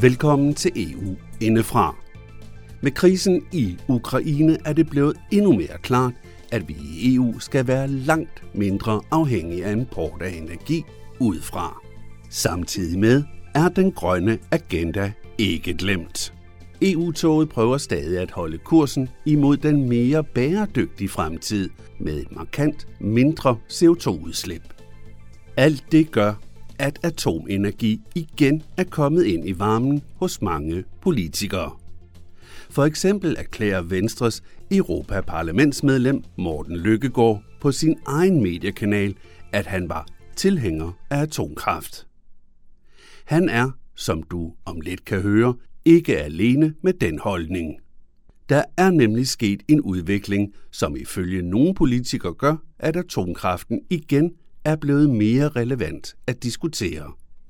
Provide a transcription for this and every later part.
Velkommen til EU indefra. Med krisen i Ukraine er det blevet endnu mere klart, at vi i EU skal være langt mindre afhængige af import af energi udefra. Samtidig med er den grønne agenda ikke glemt. EU-toget prøver stadig at holde kursen imod den mere bæredygtige fremtid med et markant mindre CO2-udslip. Alt det gør, at atomenergi igen er kommet ind i varmen hos mange politikere. For eksempel erklærer Venstres Europaparlamentsmedlem Morten Løkkegaard på sin egen mediekanal, at han var tilhænger af atomkraft. Han er, som du om lidt kan høre, ikke alene med den holdning. Der er nemlig sket en udvikling, som ifølge nogle politikere gør, at atomkraften igen er blevet mere relevant at diskutere.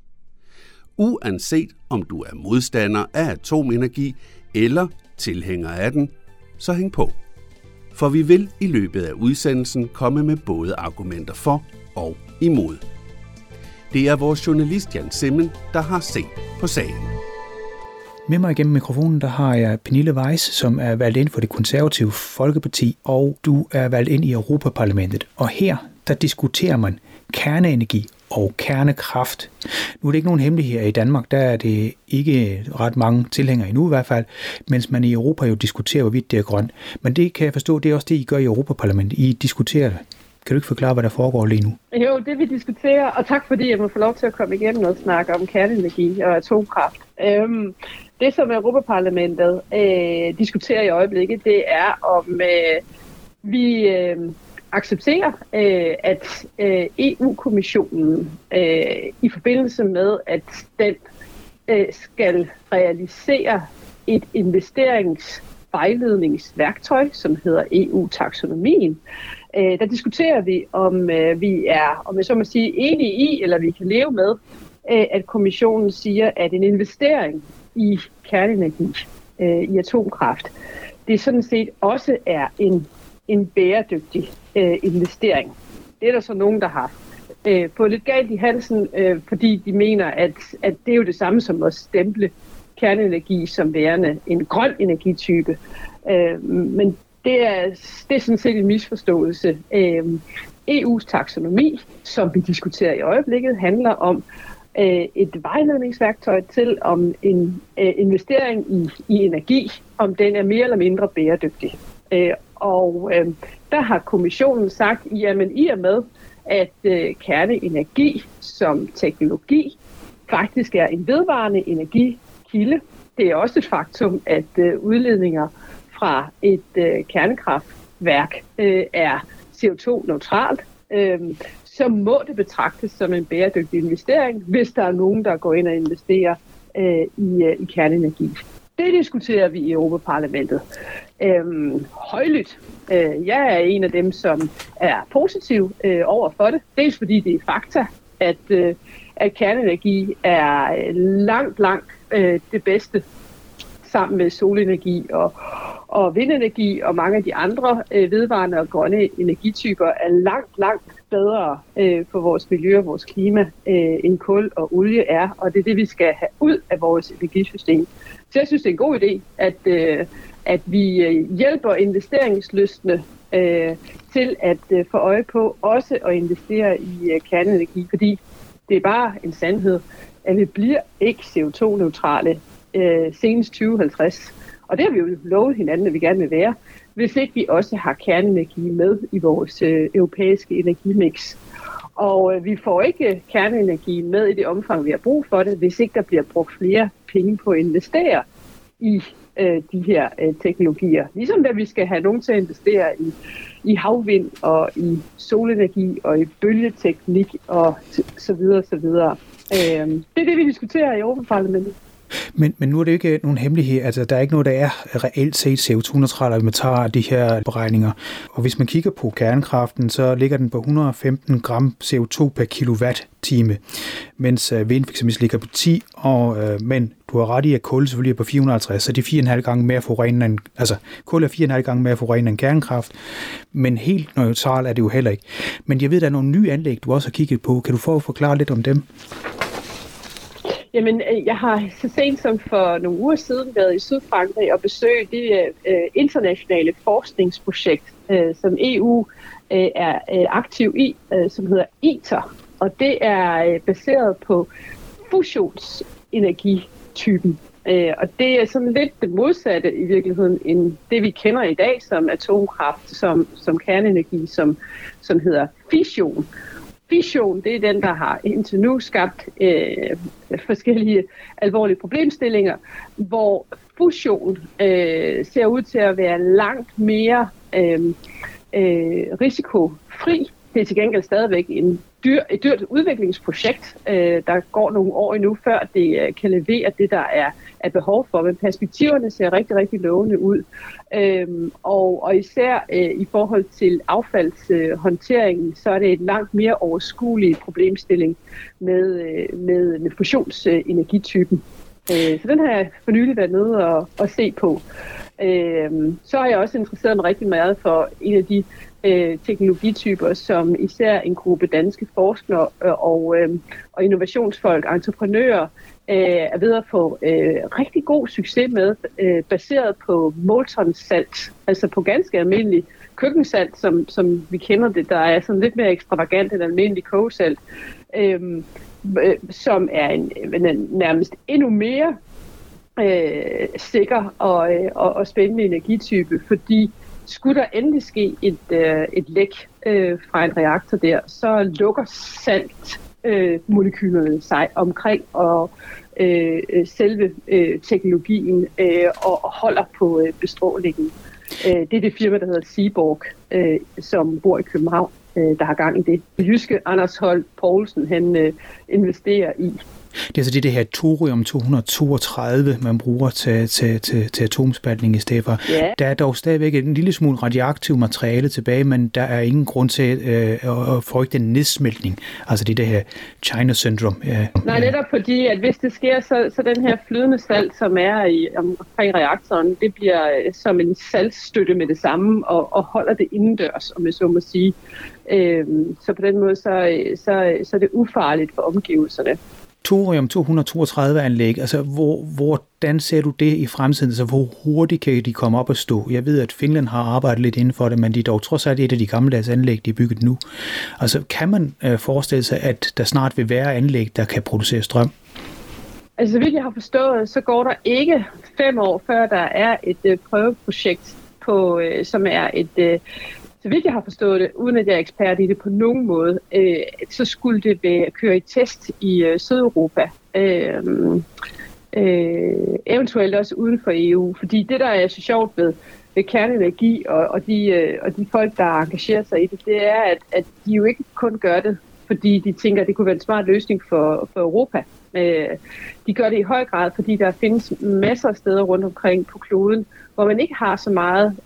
Uanset om du er modstander af atomenergi eller tilhænger af den, så hæng på. For vi vil i løbet af udsendelsen komme med både argumenter for og imod. Det er vores journalist Jan Simmen, der har set på sagen. Med mig igennem mikrofonen, der har jeg Pernille Weiss, som er valgt ind for Det Konservative Folkeparti, og du er valgt ind i Europaparlamentet. Og her, der diskuterer man kerneenergi og kernekraft. Nu er det ikke nogen hemmelighed her i Danmark, der er det ikke ret mange tilhængere endnu i hvert fald, mens man i Europa jo diskuterer, hvorvidt det er grønt. Men det kan jeg forstå, det er også det, I gør i Europaparlamentet. I diskuterer det. Kan du ikke forklare, hvad der foregår lige nu? Jo, det vi diskuterer, og tak fordi jeg må få lov til at komme igennem og snakke om kerneenergi og atomkraft. Det, som Europaparlamentet diskuterer i øjeblikket, det er, om vi accepterer, at EU-kommissionen i forbindelse med, at den skal realisere et investeringsvejledningsværktøj, som hedder EU-taksonomien. Der diskuterer vi, om vi er, om jeg så må sige, enige i, eller vi kan leve med, at kommissionen siger, at en investering i kerneenergi, i atomkraft, det sådan set også er en bæredygtig investering. Det er der så nogen, der har fået lidt galt i halsen, fordi de mener, at det er jo det samme som at stemple kerneenergi som værende en grøn energitype. Men det er sådan set en misforståelse. EU's taksonomi, som vi diskuterer i øjeblikket, handler om et vejledningsværktøj til, om en investering i energi, om den er mere eller mindre bæredygtig. Og der har kommissionen sagt, jamen i og med, at kerneenergi som teknologi faktisk er en vedvarende energikilde. Det er også et faktum, at udledninger fra et kernekraftværk er CO2-neutralt, så må det betragtes som en bæredygtig investering, hvis der er nogen, der går ind og investerer i kerneenergi. Det diskuterer vi i Europaparlamentet højlydt. Jeg er en af dem, som er positiv over for det. Dels fordi det er fakta, at kerneenergi er langt det bedste sammen med solenergi og vindenergi og mange af de andre vedvarende og grønne energityper er langt bedre for vores miljø og vores klima end kul og olie er, og det er det, vi skal have ud af vores energisystem. Så jeg synes, det er en god idé, at vi hjælper investeringslystne til at få øje på også at investere i kerneenergi, fordi det er bare en sandhed, at vi bliver ikke CO2-neutrale senest 2050. Og det har vi jo lovet hinanden, at vi gerne vil være, hvis ikke vi også har kerneenergi med i vores europæiske energimix. Og vi får ikke kerneenergi med i det omfang, vi har brug for det, hvis ikke der bliver brugt flere penge på at investere i de her teknologier. Ligesom da vi skal have nogen til at investere i havvind og i solenergi og i bølgeteknik og så videre, så videre. Det er det, vi diskuterer i Europaparlamentet. Men nu er det ikke nogen hemmelighed, altså der er ikke noget, der er reelt set CO2-neutralt, at man tager de her beregninger. Og hvis man kigger på kernekraften, så ligger den på 115 gram CO2 per kilowatt-time, mens vind fx ligger på 10, men du har ret i, at kul selvfølgelig er på 450, så det er 4,5 gange mere forurenende end, altså kul er 4,5 gange mere forurenende end kernekraft, men helt neutralt er det jo heller ikke. Men jeg ved, der er nogle nye anlæg, du også har kigget på. Kan du forklare lidt om dem? Jamen, jeg har så sent som for nogle uger siden været i Sydfrankrig og besøgt det internationale forskningsprojekt, som EU er aktiv i, som hedder ITER. Og det er baseret på fusionsenergitypen. Og det er sådan lidt det modsatte i virkeligheden end det, vi kender i dag som atomkraft, som kerneenergi, som hedder fission. Fission, det er den, der har indtil nu skabt forskellige alvorlige problemstillinger, hvor fusion ser ud til at være langt mere risikofri. Det er til gengæld stadigvæk et dyrt udviklingsprojekt. Der går nogle år endnu, før det kan levere det, der er behov for. Men perspektiverne ser rigtig, rigtig lovende ud. Og især i forhold til affaldshåndteringen, så er det et langt mere overskuelig problemstilling med fusionsenergitypen. Så den har jeg for nylig været nede og se på. Så har jeg også interesseret mig rigtig meget for en af de teknologityper, som især en gruppe danske forskere og innovationsfolk, entreprenører, er ved at få rigtig god succes med, baseret på moltonsalt, altså på ganske almindelig køkkensalt, som vi kender det, der er sådan lidt mere ekstravagant end almindelig kogesalt, som er en nærmest endnu mere sikker og spændende energitype, fordi skulle der endelig ske et læk fra en reaktor der, så lukker saltmolekylerne sig omkring og selve teknologien og holder på bestrålingen. Det er det firma, der hedder Seaborg, som bor i København, der har gang i det. Jyske Anders Holt Poulsen, han investerer i. Det er altså det her thorium-232, man bruger til atomspaltning i stedet for. Yeah. Der er dog stadigvæk en lille smule radioaktivt materiale tilbage, men der er ingen grund til at frygte en nedsmeltning. Altså det her China syndrom. Nej, netop fordi, at hvis det sker, så den her flydende salt, som er omkring reaktoren, det bliver som en saltstøtte med det samme og holder det indendørs, om jeg så må sige. Så på den måde, så er det ufarligt for omgivelserne. Thorium-232-anlæg, altså hvordan ser du det i fremtiden? Altså hvor hurtigt kan de komme op og stå? Jeg ved, at Finland har arbejdet lidt inden for det, men de er dog trods alt et af de gammeldags anlæg, de er bygget nu. Altså kan man forestille sig, at der snart vil være anlæg, der kan producere strøm? Altså så vidt jeg har forstået, så går der ikke 5 år, før der er et prøveprojekt, som er et... Så vidt jeg har forstået det, uden at jeg er ekspert i det på nogen måde, så skulle det køre i test i Sydeuropa. Eventuelt også uden for EU. Fordi det, der er så sjovt ved kerneenergi og de folk, der engagerer sig i det, det er, at de jo ikke kun gør det, fordi de tænker, at det kunne være en smart løsning for Europa. De gør det i høj grad, fordi der findes masser af steder rundt omkring på kloden, hvor man ikke har så meget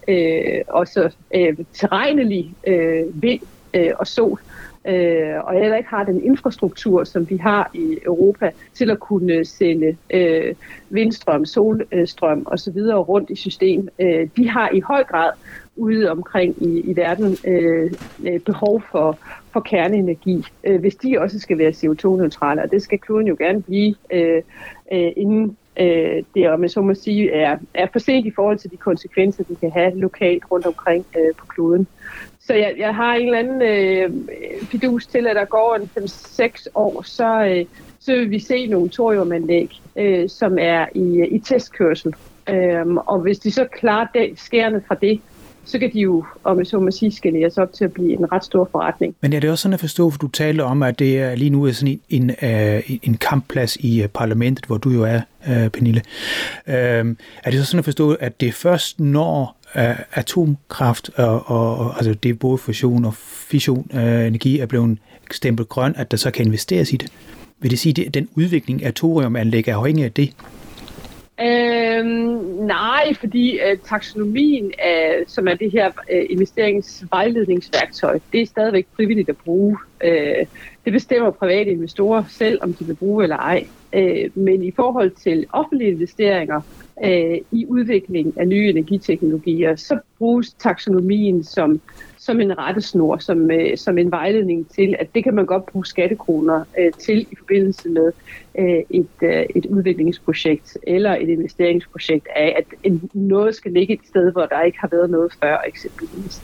terrenelig vind og sol, og heller ikke har den infrastruktur, som vi har i Europa, til at kunne sende vindstrøm, solstrøm osv. rundt i systemet. De har i høj grad ude omkring i verden behov for kerneenergi, hvis de også skal være CO2-neutrale, og det skal kloden jo gerne blive inden det, om jeg så må sige, er for sent i forhold til de konsekvenser, de kan have lokalt rundt omkring på kloden. Så jeg har en eller anden fidus til, at der går en 5-6 år, så vil vi se nogle thoriumanlæg, som er i testkørsel. Og hvis de så klarer skærene fra det, så kan de jo, om jeg så må sige, skaleres op til at blive en ret stor forretning. Men er det også sådan at forstå, for du talte om, at det er lige nu er sådan en kampplads i parlamentet, hvor du jo er, Pernille. Er det så sådan at forstå, at det er først når atomkraft og altså det er både fusion og fission energi er blevet stemplet grøn, at der så kan investeres i det? Vil det sige, at den udvikling af thoriumanlæg er afhængig af det? Nej, fordi taksonomien, som er det her investeringsvejledningsværktøj, det er stadigvæk frivilligt at bruge. Det bestemmer private investorer selv, om de vil bruge eller ej. Men i forhold til offentlige investeringer i udviklingen af nye energiteknologier, så bruges taksonomien som som en rettesnor, som en vejledning til, at det kan man godt bruge skattekroner til i forbindelse med et udviklingsprojekt eller et investeringsprojekt af, at noget skal ligge et sted, hvor der ikke har været noget før, eksempelvis.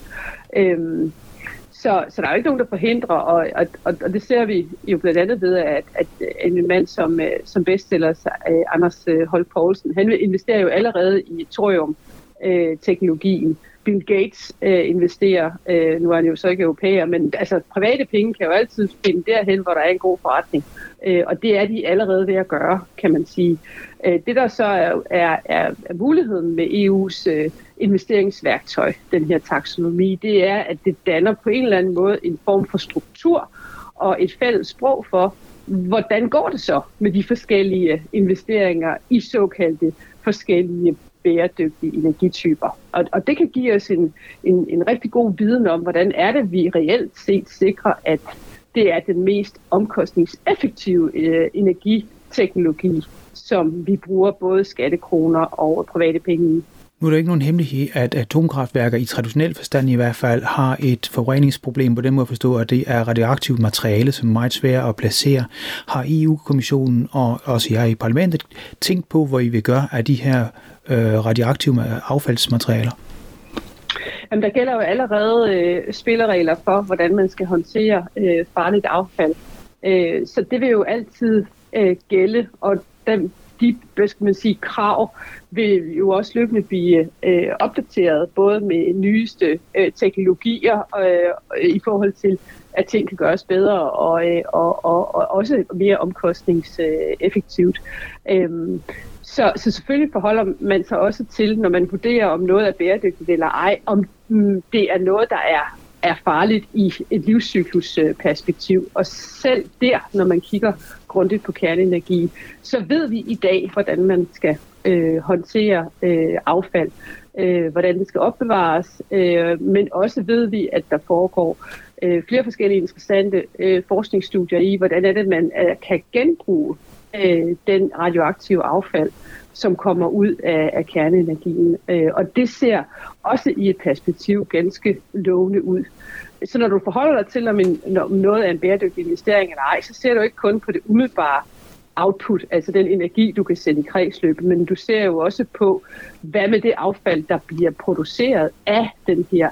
Så der er jo ikke nogen, der forhindrer, og det ser vi jo blandt andet ved, at en mand som bestseller, Anders Holk Poulsen, han investerer jo allerede i thorium-teknologien. Bill Gates investerer, nu er han jo så ikke europæer, men altså private penge kan jo altid finde derhen, hvor der er en god forretning. Og det er de allerede ved at gøre, kan man sige. Det der så er muligheden med EU's investeringsværktøj, den her taksonomi, det er, at det danner på en eller anden måde en form for struktur og et fælles sprog for, hvordan går det så med de forskellige investeringer i såkaldte forskellige bæredygtige energityper. Og det kan give os en rigtig god viden om, hvordan er det, vi reelt set sikrer, at det er den mest omkostningseffektive energiteknologi, som vi bruger både skattekroner og private penge i. Nu er der ikke nogen hemmelighed, at atomkraftværker i traditionel forstand i hvert fald har et forureningsproblem på den måde at forstå, at det er radioaktivt materiale, som er meget svært at placere. Har EU-kommissionen og også jeg i parlamentet tænkt på, hvor I vil gøre af de her radioaktive affaldsmaterialer? Jamen, der gælder jo allerede spilleregler for, hvordan man skal håndtere farligt affald. Så det vil jo altid gælde, og de krav vil jo også løbende blive opdateret, både med nyeste teknologier i forhold til, at ting kan gøres bedre og også mere omkostningseffektivt. Så selvfølgelig forholder man sig også til, når man vurderer, om noget er bæredygtigt eller ej, om det er noget, der er farligt i et livscyklusperspektiv. Og selv der, når man kigger grundigt på kerneenergi, så ved vi i dag, hvordan man skal håndtere affald, hvordan det skal opbevares, men også ved vi, at der foregår flere forskellige interessante forskningsstudier i, hvordan er det, man kan genbruge den radioaktive affald, som kommer ud af kerneenergien. Og det ser også i et perspektiv ganske lovende ud. Så når du forholder dig til, om noget er en bæredygtig investering eller ej, så ser du ikke kun på det umiddelbare output, altså den energi, du kan sætte i kredsløbet, men du ser jo også på, hvad med det affald, der bliver produceret af den her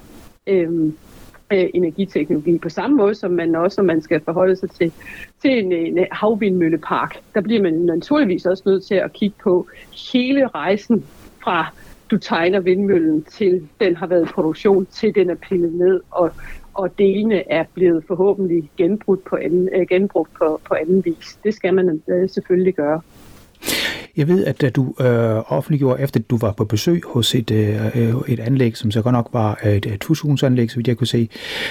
energiteknologi. På samme måde som man også, når man skal forholde sig til en havvindmøllepark, der bliver man naturligvis også nødt til at kigge på hele rejsen fra du tegner vindmøllen til den har været i produktion, til den er pillet ned, og delene er blevet forhåbentlig genbrugt på anden vis. Det skal man selvfølgelig gøre. Jeg ved, at da du offentliggjorde, efter du var på besøg hos et anlæg, som så godt nok var et fusionsanlæg, så vidt jeg kunne se,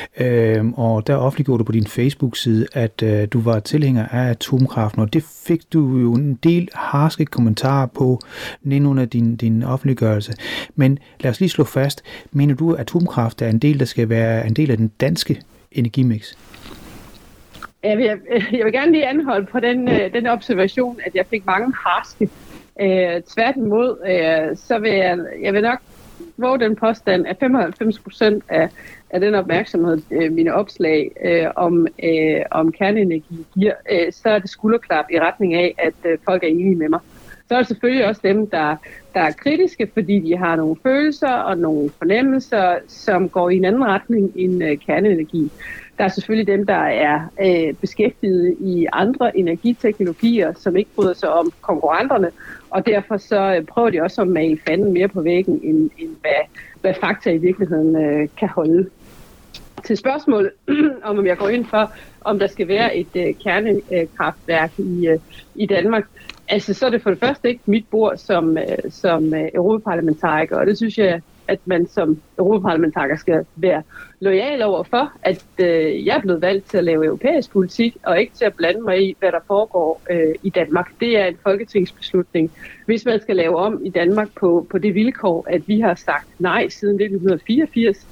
og der offentliggjorde du på din Facebook-side, at du var tilhænger af atomkraften, og det fik du jo en del harske kommentarer på under din offentliggørelse. Men lad os lige slå fast, mener du, at atomkraft er en del, der skal være en del af den danske energimix? Jeg vil gerne lige anholde på den observation, at jeg fik mange harske. Tværtimod, så vil jeg vil nok våge den påstand, at 95% af den opmærksomhed, mine opslag om kerneenergi giver, så er det skulderklap i retning af, at folk er enige med mig. Så er der selvfølgelig også dem, der er kritiske, fordi de har nogle følelser og nogle fornemmelser, som går i en anden retning end kerneenergi. Der er selvfølgelig dem, der er beskæftiget i andre energiteknologier, som ikke bryder sig om konkurrenterne, og derfor så prøver de også at male fanden mere på væggen, end hvad fakta i virkeligheden kan holde. Til spørgsmålet om jeg går ind for, om der skal være et kernekraftværk i Danmark, altså så er det for det første ikke mit bord som europaparlamentariker, og det synes jeg, at man som europaparlamentariker skal være loyal overfor, at jeg er blevet valgt til at lave europæisk politik, og ikke til at blande mig i, hvad der foregår i Danmark. Det er en folketingsbeslutning. Hvis man skal lave om i Danmark på det vilkår, at vi har sagt nej siden 1984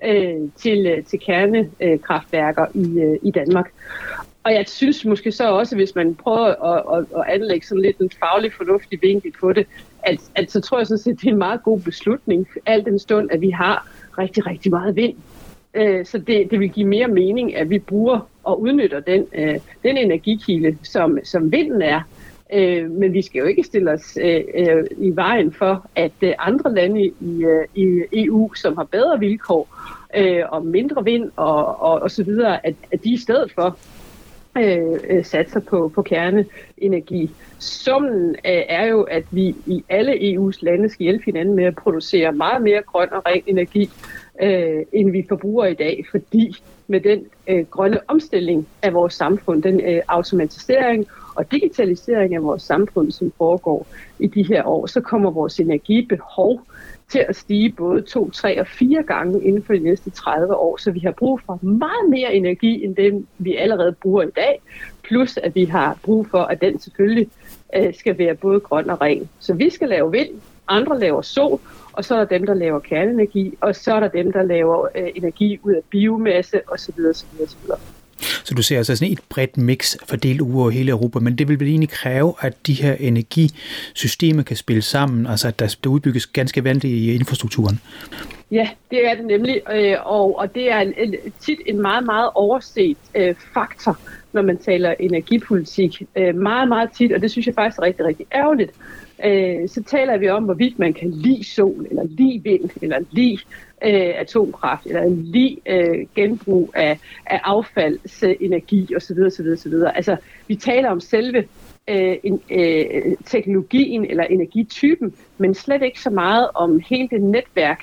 til kernekraftværker i Danmark. Og jeg synes måske så også, hvis man prøver at anlægge sådan lidt en faglig fornuftig vinkel på det, at så tror jeg sådan set, det er en meget god beslutning, al den stund, at vi har rigtig, rigtig meget vind Så det vil give mere mening, at vi bruger og udnytter den energikilde, som vinden er. Men vi skal jo ikke stille os i vejen for, at andre lande i EU, som har bedre vilkår og mindre vind og så videre, at de i stedet for satser på kerneenergi. Summen er jo, at vi i alle EU's lande skal hjælpe hinanden med at producere meget mere grøn og ren energi, end vi forbruger i dag, fordi med den grønne omstilling af vores samfund, den automatisering og digitalisering af vores samfund, som foregår i de her år, så kommer vores energibehov til at stige både 2, 3 og 4 gange inden for de næste 30 år. Så vi har brug for meget mere energi, end det vi allerede bruger i dag. Plus at vi har brug for, at den selvfølgelig skal være både grøn og ren. Så vi skal lave vind, andre laver sol, og så er der dem, der laver kerneenergi, og så er der dem, der laver energi ud af biomasse osv. Så du ser altså sådan et bredt mix fordelt over hele Europa, men det vil vel egentlig kræve, at de her energisystemer kan spille sammen, altså at der udbygges ganske vanvittigt i infrastrukturen? Ja, det er det nemlig, og det er tit en meget, meget overset faktor, når man taler energipolitik. Meget, meget tit, og det synes jeg faktisk er rigtig, rigtig ærgerligt. Så taler vi om, hvorvidt man kan lide sol, eller lide vind, eller lide atomkraft, eller lide genbrug af affaldsenergi osv. osv. Altså, vi taler om selve teknologien eller energitypen, men slet ikke så meget om hele det netværk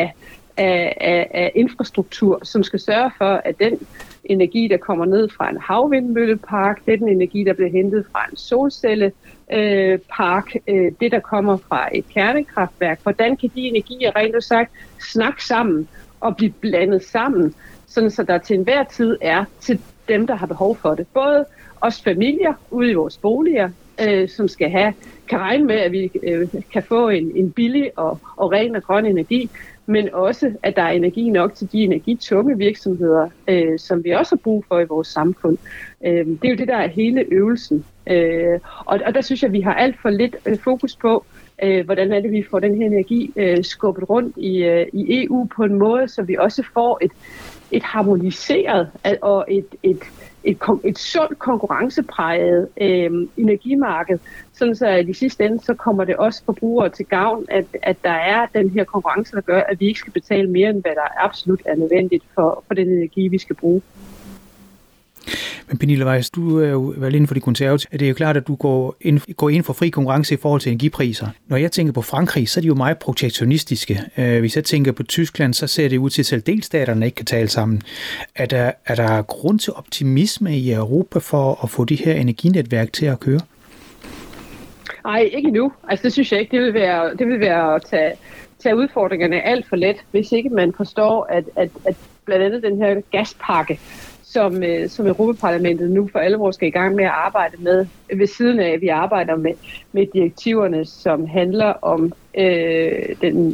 af infrastruktur, som skal sørge for, at den energi, der kommer ned fra en havvindmøllepark, det er den energi, der bliver hentet fra en solcellepark, det, der kommer fra et kernekraftværk. Hvordan kan de energier rent og sagt snakke sammen og blive blandet sammen, sådan så der til enhver tid er til dem, der har behov for det. Både os familier ude i vores boliger, som kan regne med, at vi kan få en billig og ren og grøn energi, men også, at der er energi nok til de energitunge virksomheder, som vi også har brug for i vores samfund. Det er jo det, der er hele øvelsen. Og der synes jeg, at vi har alt for lidt fokus på, hvordan er det, vi får den her energi skubbet rundt i EU på en måde, så vi også får et harmoniseret og et sundt konkurrencepræget energimarked, sådan så i sidste ende, så kommer det også forbrugere til gavn, at der er den her konkurrence, der gør, at vi ikke skal betale mere, end hvad der absolut er nødvendigt for den energi, vi skal bruge. Men Pernille Weiss, du er jo valgt inden for de konservative. Det er jo klart, at du går ind for fri konkurrence i forhold til energipriser. Når jeg tænker på Frankrig, så er de jo meget protektionistiske. Hvis jeg tænker på Tyskland, så ser det ud til, at selv delstaterne ikke kan tale sammen. Er der grund til optimisme i Europa for at få de her energinetværk til at køre? Nej, ikke endnu. Altså det synes jeg ikke. Det vil være at tage udfordringerne alt for let, hvis ikke man forstår, at blandt andet den her gaspakke, som Europaparlamentet nu for alvor skal i gang med at arbejde med, ved siden af, at vi arbejder med direktiverne, som handler om den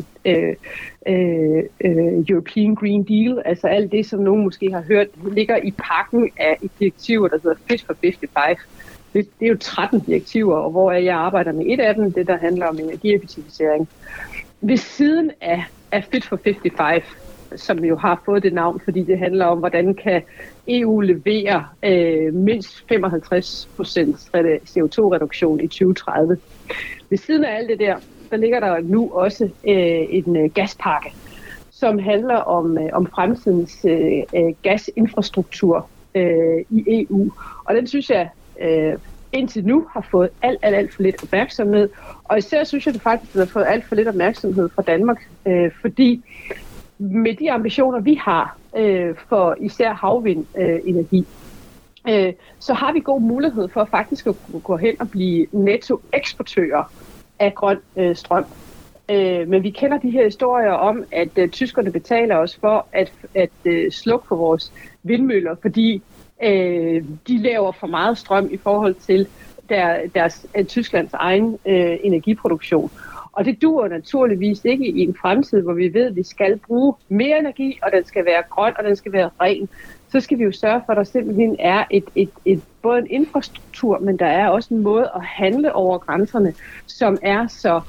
European Green Deal, altså alt det, som nogen måske har hørt, ligger i pakken af direktiver, der hedder Fit for 55. Det er jo 13 direktiver, og hvor jeg arbejder med et af dem, det der handler om energieffektivisering. Ved siden af Fit for 55, som jo har fået det navn, fordi det handler om, hvordan kan EU levere mindst 55% CO2-reduktion i 2030. Ved siden af alt det der ligger der nu også en gaspakke, som handler om fremtidens gasinfrastruktur i EU. Og den synes jeg indtil nu har fået alt for lidt opmærksomhed. Og især synes jeg det faktisk, at den har fået alt for lidt opmærksomhed fra Danmark, fordi med de ambitioner, vi har for især havvindenergi, så har vi god mulighed for faktisk at gå hen og blive nettoeksportører af grøn strøm. Men vi kender de her historier om, at tyskerne betaler os for at slukke for vores vindmøller, fordi de laver for meget strøm i forhold til deres Tysklands egen energiproduktion. Og det duer naturligvis ikke i en fremtid, hvor vi ved, at vi skal bruge mere energi, og den skal være grøn, og den skal være ren. Så skal vi jo sørge for, at der simpelthen er både en infrastruktur, men der er også en måde at handle over grænserne, som er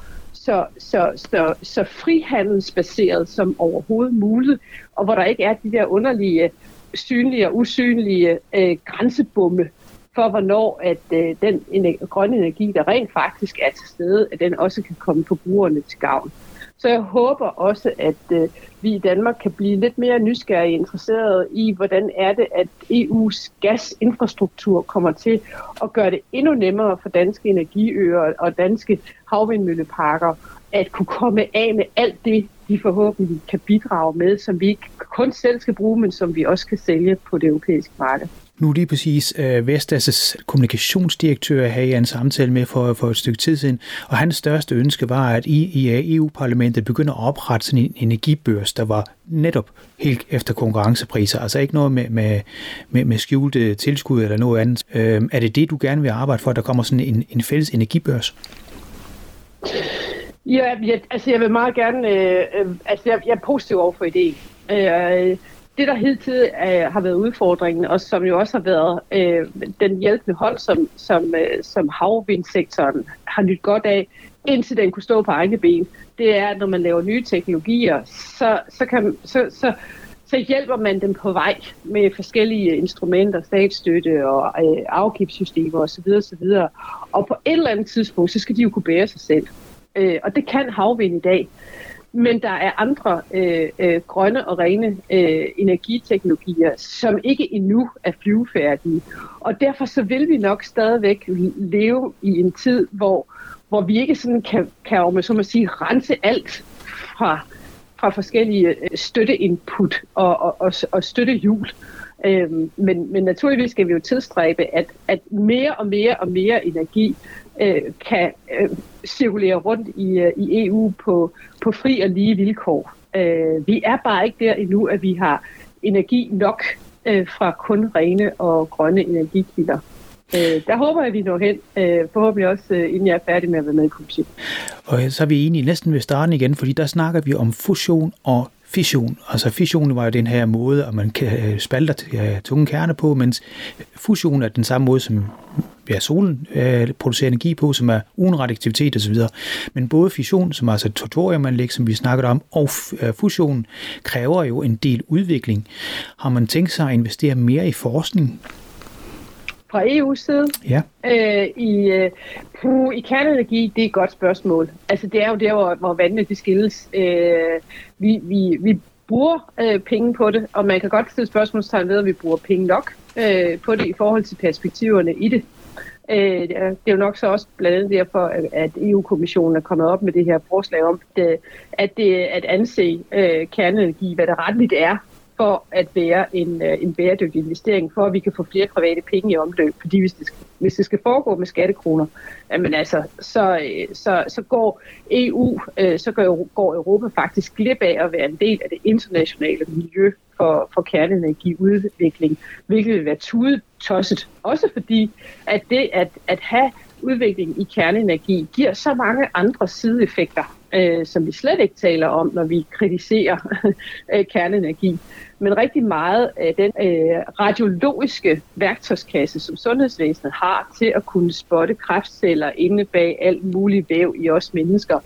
så frihandelsbaseret som overhovedet muligt, og hvor der ikke er de der underlige, synlige og usynlige grænsebomme for, hvornår at den grønne energi, der rent faktisk er til stede, at den også kan komme forbrugerne til gavn. Så jeg håber også, at vi i Danmark kan blive lidt mere nysgerrige interesseret i, hvordan er det, at EU's gasinfrastruktur kommer til at gøre det endnu nemmere for danske energiøer og danske havvindmølleparker at kunne komme af med alt det, de forhåbentlig kan bidrage med, som vi ikke kun selv skal bruge, men som vi også kan sælge på det europæiske marked. Nu lige præcis Vestas' kommunikationsdirektør havde jeg en samtale med for et stykke tid siden, og hans største ønske var, at i EU-parlamentet begynder at oprette sådan en energibørs, der var netop helt efter konkurrencepriser, altså ikke noget med skjulte tilskud eller noget andet. Er det du gerne vil arbejde for, at der kommer sådan en fælles energibørs? Ja, jeg vil meget gerne, jeg er positiv over for ideen. Det, der hidtil har været udfordringen, og som jo også har været den hjælpende hånd, som havvindsektoren har nydt godt af, indtil den kunne stå på egne ben, det er, at når man laver nye teknologier, så hjælper man dem på vej med forskellige instrumenter, statsstøtte og afgiftssystemer osv. Og på et eller andet tidspunkt, så skal de jo kunne bære sig selv. Og det kan havvind i dag. Men der er andre grønne og rene energiteknologier, som ikke endnu er flyvefærdige. Og derfor så vil vi nok stadigvæk leve i en tid, hvor vi ikke sådan kan om så må sige, rense alt fra forskellige støtteinput og støttehjul. Men naturligvis skal vi jo tilstræbe, at mere og mere energi kan cirkulere rundt i EU på fri og lige vilkår. Vi er bare ikke der endnu, at vi har energi nok fra kun rene og grønne energikilder. Der håber jeg, at vi når hen, forhåbentlig også, inden jeg er færdig med at være med i kommissionen. Og så er vi egentlig næsten ved starten igen, fordi der snakker vi om fusion og fission. Altså fission var jo den her måde, at man kan spalte tunge kerner på, mens fusion er den samme måde, som solen producerer energi på, som er uden radioaktivitet osv. Men både fission, som er altså thoriumanlæg, som vi snakkede om, og fusion kræver jo en del udvikling. Har man tænkt sig at investere mere i forskning? Fra EU's side? Ja. I kerneenergi, det er et godt spørgsmål. Altså det er jo der, hvor vandene de skilles. Vi bruger penge på det, og man kan godt stille spørgsmålstegn ved, at vi bruger penge nok på det i forhold til perspektiverne i det. Det er jo nok så også blandt andet derfor, at EU-kommissionen er kommet op med det her forslag om, at anse kerneenergi, hvad det retligt er, for at være en bæredygtig investering, for at vi kan få flere private penge i omløb. Fordi hvis det skal foregå med skattekroner, jamen altså, så går EU, går Europa faktisk glip af at være en del af det internationale miljø for kerneenergiudvikling, hvilket vil være tudetosset. Også fordi, at det at have udvikling i kerneenergi giver så mange andre sideeffekter, som vi slet ikke taler om, når vi kritiserer kerneenergi. Men rigtig meget af den radiologiske værktøjskasse, som sundhedsvæsenet har til at kunne spotte kræftceller inde bag alt muligt væv i os mennesker,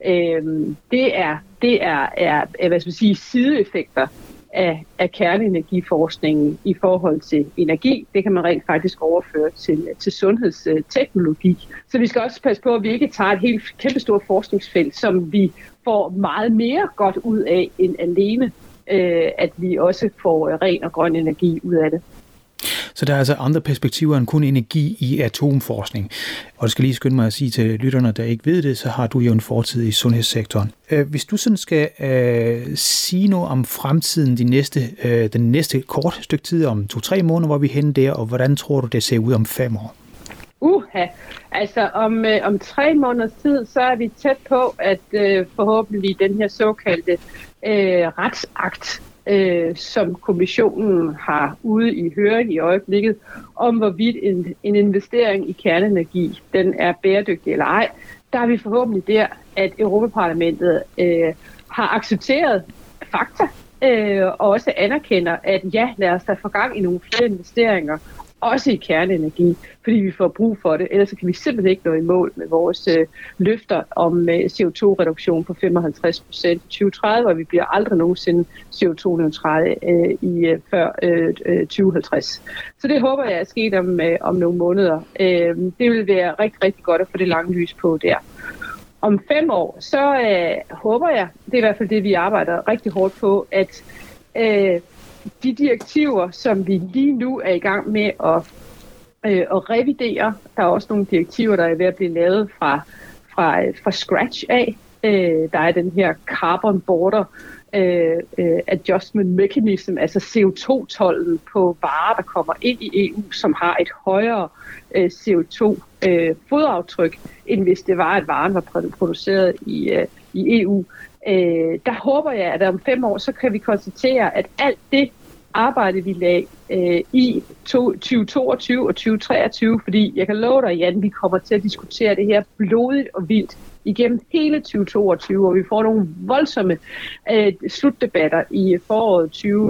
det er hvad skal man sige, sideeffekter af kerneenergiforskningen i forhold til energi. Det kan man rent faktisk overføre til sundhedsteknologi. Så vi skal også passe på, at vi ikke tager et helt kæmpestort forskningsfelt, som vi får meget mere godt ud af end alene, at vi også får ren og grøn energi ud af det. Så der er altså andre perspektiver end kun energi i atomforskning. Og det skal lige skynde mig at sige til lytterne, der ikke ved det, så har du jo en fortid i sundhedssektoren. Hvis du sådan skal sige noget om fremtiden den næste kort stykke tid, om 2-3 måneder, hvor vi er henne der, og hvordan tror du, det ser ud om 5 år? Altså om 3 måneders tid, så er vi tæt på, at forhåbentlig den her såkaldte retsakt, som kommissionen har ude i høring i øjeblikket, om hvorvidt en investering i kerneenergi, den er bæredygtig eller ej, der er vi forhåbentlig der, at Europaparlamentet har accepteret fakta, og også anerkender, at ja, lad os da få gang i nogle flere investeringer, også i kerneenergi, fordi vi får brug for det. Ellers kan vi simpelthen ikke nå i mål med vores løfter om CO2-reduktion på 55% i 2030, og vi bliver aldrig nogensinde CO2-neutrale før 2050. Så det håber jeg er sket om nogle måneder. Det vil være rigtig, rigtig godt at få det lange lys på der. Om 5 år, så håber jeg, det er i hvert fald det, vi arbejder rigtig hårdt på, at de direktiver, som vi lige nu er i gang med at revidere, der er også nogle direktiver, der er ved at blive lavet fra scratch af. Der er den her Carbon Border Adjustment Mechanism, altså CO2-tolden på varer, der kommer ind i EU, som har et højere CO2-fodaftryk, end hvis det var, at varen var produceret i EU. Der håber jeg, at om 5 år, så kan vi konstatere, at alt det arbejde, vi lagde i 2022 og 2023, fordi jeg kan love dig, Jan, vi kommer til at diskutere det her blodigt og vildt igennem hele 2022, og vi får nogle voldsomme slutdebatter i foråret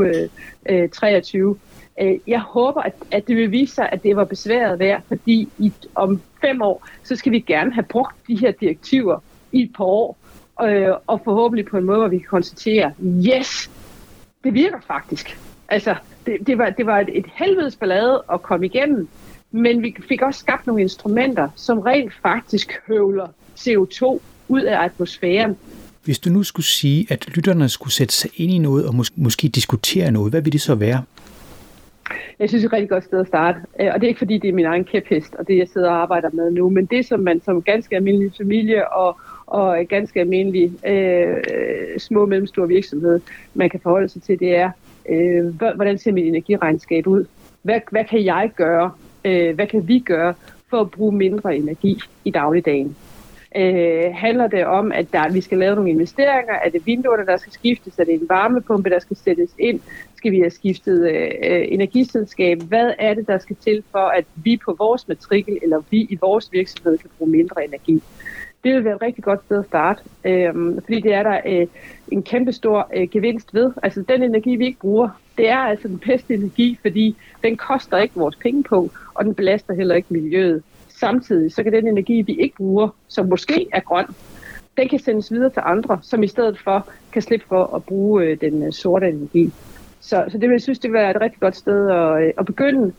2023. Jeg håber, at det vil vise sig, at det var besværet værd, fordi om 5 år, så skal vi gerne have brugt de her direktiver i et par år, og forhåbentlig på en måde, hvor vi kan konstatere, yes, det virker faktisk. Altså, det var et helvedes ballade at komme igennem, men vi fik også skabt nogle instrumenter, som rent faktisk høvler CO2 ud af atmosfæren. Hvis du nu skulle sige, at lytterne skulle sætte sig ind i noget og måske diskutere noget, hvad vil det så være? Jeg synes, det er et rigtig godt sted at starte. Og det er ikke fordi, det er min egen kæphest, og det jeg sidder og arbejder med nu, men det som man som ganske almindelig familie og ganske almindelig små og mellemstore virksomhed, man kan forholde sig til, det er, hvordan ser mit energiregnskab ud? Hvad kan jeg gøre? Hvad kan vi gøre for at bruge mindre energi i dagligdagen? Handler det om, at vi skal lave nogle investeringer? Er det vinduerne, der skal skiftes? Er det en varmepumpe, der skal sættes ind? Skal vi have skiftet energiselskab? Hvad er det, der skal til for, at vi på vores matrikel, eller vi i vores virksomhed, kan bruge mindre energi? Det vil være et rigtig godt sted at starte, fordi det er der en kæmpe stor gevinst ved. Altså den energi, vi ikke bruger, det er altså den bedste energi, fordi den koster ikke vores penge på, og den belaster heller ikke miljøet. Samtidig så kan den energi, vi ikke bruger, som måske er grøn, den kan sendes videre til andre, som i stedet for kan slippe for at bruge den sorte energi. Så det vil jeg synes, det vil være et rigtig godt sted at begynde.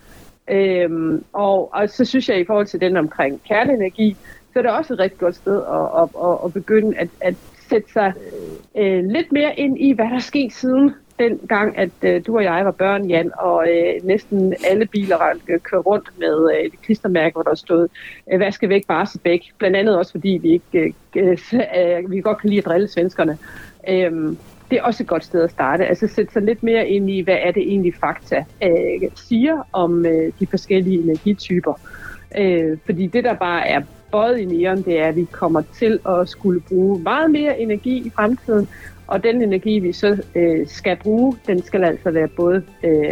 Og så synes jeg, i forhold til den omkring kerneenergi, så er det også et rigtig godt sted at begynde at sætte sig lidt mere ind i, hvad der er sket siden den gang, at du og jeg var børn, Jan, og næsten alle biler kører rundt med et klistermærke, hvor der stod, vaske væk, barse væk. Blandt andet også, fordi vi godt kan lide at drille svenskerne. Det er også et godt sted at starte. Altså sætte sig lidt mere ind i, hvad er det egentlig fakta siger om de forskellige energityper. Fordi det, der bare er bøjet i næren, det er, at vi kommer til at skulle bruge meget mere energi i fremtiden, og den energi, vi så skal bruge, den skal altså være både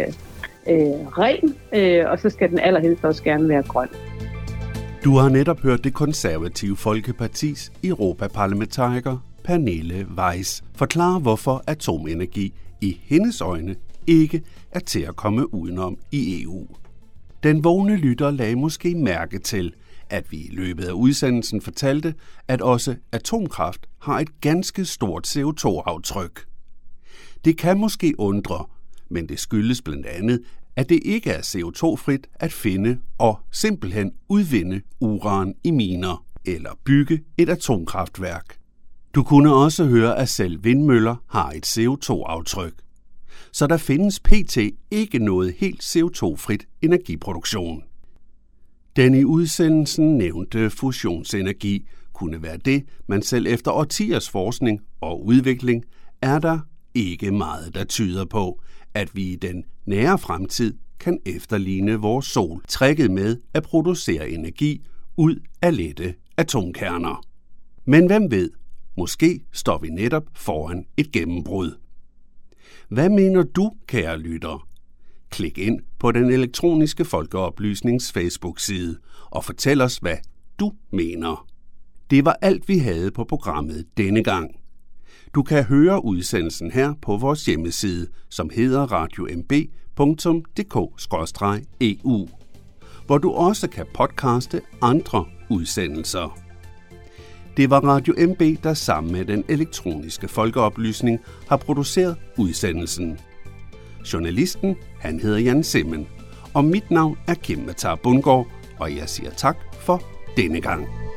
ren, og så skal den allerhelst også gerne være grøn. Du har netop hørt Det Konservative Folkepartis europaparlamentariker Pernille Weiss forklare, hvorfor atomenergi i hendes øjne ikke er til at komme udenom i EU. Den vågne lytter lagde måske mærke til, at vi i løbet af udsendelsen fortalte, at også atomkraft har et ganske stort CO2-aftryk. Det kan måske undre, men det skyldes blandt andet, at det ikke er CO2-frit at finde og simpelthen udvinde uran i miner eller bygge et atomkraftværk. Du kunne også høre, at selv vindmøller har et CO2-aftryk. Så der findes pt. Ikke noget helt CO2-frit energiproduktion. Den i udsendelsen nævnte fusionsenergi kunne være det, man selv efter årtiers forskning og udvikling er der ikke meget, der tyder på, at vi i den nære fremtid kan efterligne vores sol, tricket med at producere energi ud af lette atomkerner. Men hvem ved, måske står vi netop foran et gennembrud. Hvad mener du, kære lytter? Klik ind på den elektroniske folkeoplysnings Facebook-side og fortæl os, hvad du mener. Det var alt, vi havde på programmet denne gang. Du kan høre udsendelsen her på vores hjemmeside, som hedder radiomb.dk/EU. hvor du også kan podcaste andre udsendelser. Det var Radio MB, der sammen med den elektroniske folkeoplysning har produceret udsendelsen. Journalisten, han hedder Jan Simmen, og mit navn er Kim Matar Bundgaard, og jeg siger tak for denne gang.